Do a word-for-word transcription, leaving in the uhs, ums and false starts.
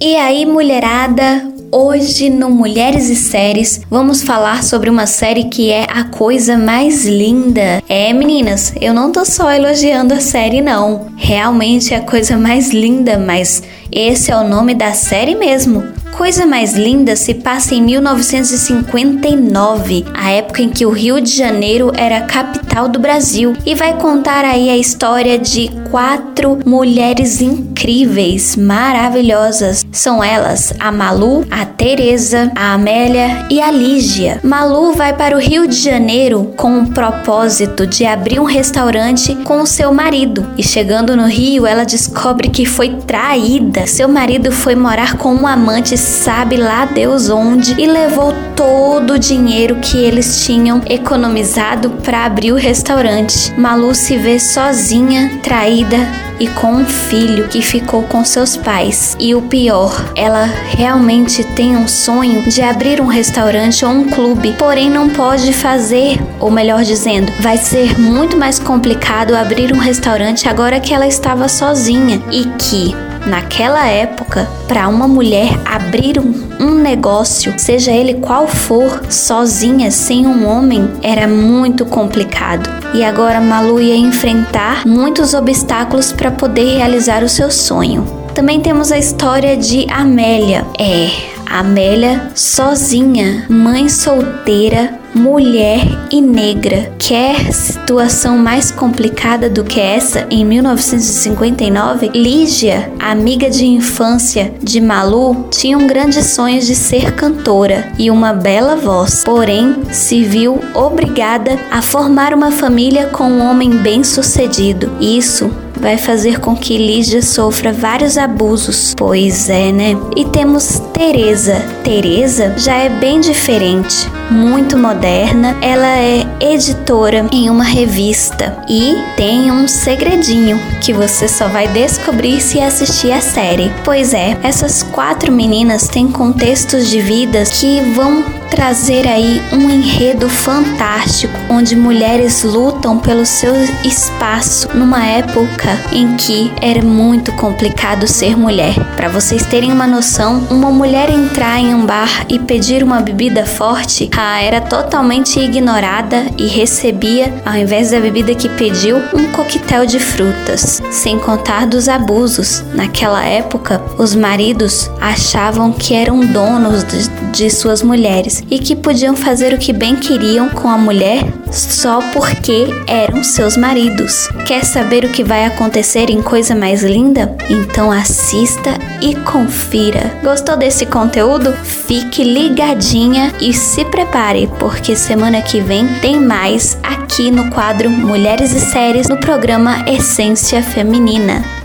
E aí, mulherada, hoje no Mulheres e Séries vamos falar sobre uma série que é a coisa mais linda. É, meninas, eu não tô só elogiando a série não, realmente é a coisa mais linda, mas esse é o nome da série mesmo. Coisa Mais Linda se passa em mil novecentos e cinquenta e nove, a época em que o Rio de Janeiro era a capital do Brasil, e vai contar aí a história de quatro mulheres incríveis, maravilhosas. São elas a Malu, a Teresa, a Amélia e a Lígia. Malu vai para o Rio de Janeiro com o propósito de abrir um restaurante com o seu marido, e chegando no Rio ela descobre que foi traída. Seu marido foi morar com um amante sabe lá Deus onde e levou todo o dinheiro que eles tinham economizado para abrir o restaurante. Malu se vê sozinha, traída e com um filho que ficou com seus pais. E o pior, ela realmente tem um sonho de abrir um restaurante ou um clube, porém não pode fazer, ou melhor dizendo, vai ser muito mais complicado abrir um restaurante agora que ela estava sozinha e que naquela época, para uma mulher abrir um, um negócio, seja ele qual for, sozinha, sem um homem, era muito complicado. E agora Malu ia enfrentar muitos obstáculos para poder realizar o seu sonho. Também temos a história de Amélia. É, Amélia sozinha, mãe solteira, mulher e negra. Quer situação mais complicada do que essa em mil novecentos e cinquenta e nove? Lígia, amiga de infância de Malu, tinha um grande sonho de ser cantora e uma bela voz, porém se viu obrigada a formar uma família com um homem bem-sucedido. Isso vai fazer com que Lígia sofra vários abusos. Pois é, né? E temos Teresa. Teresa já é bem diferente, muito moderna. Ela é editora em uma revista e tem um segredinho que você só vai descobrir se assistir a série. Pois é, essas quatro meninas têm contextos de vida que vão trazer aí um enredo fantástico, onde mulheres lutam pelo seu espaço numa época em que era muito complicado ser mulher. Para vocês terem uma noção, uma mulher entrar em um bar e pedir uma bebida forte, ah, era totalmente ignorada e recebia, ao invés da bebida que pediu, um coquetel de frutas. Sem contar dos abusos. Naquela época, os maridos achavam que eram donos de, de suas mulheres e que podiam fazer o que bem queriam com a mulher só porque eram seus maridos. Quer saber o que vai acontecer em Coisa Mais Linda? Então assista e confira. Gostou desse conteúdo? Fique ligadinha e se prepare, porque semana que vem tem mais aqui no quadro Mulheres e Séries no programa Essência Feminina.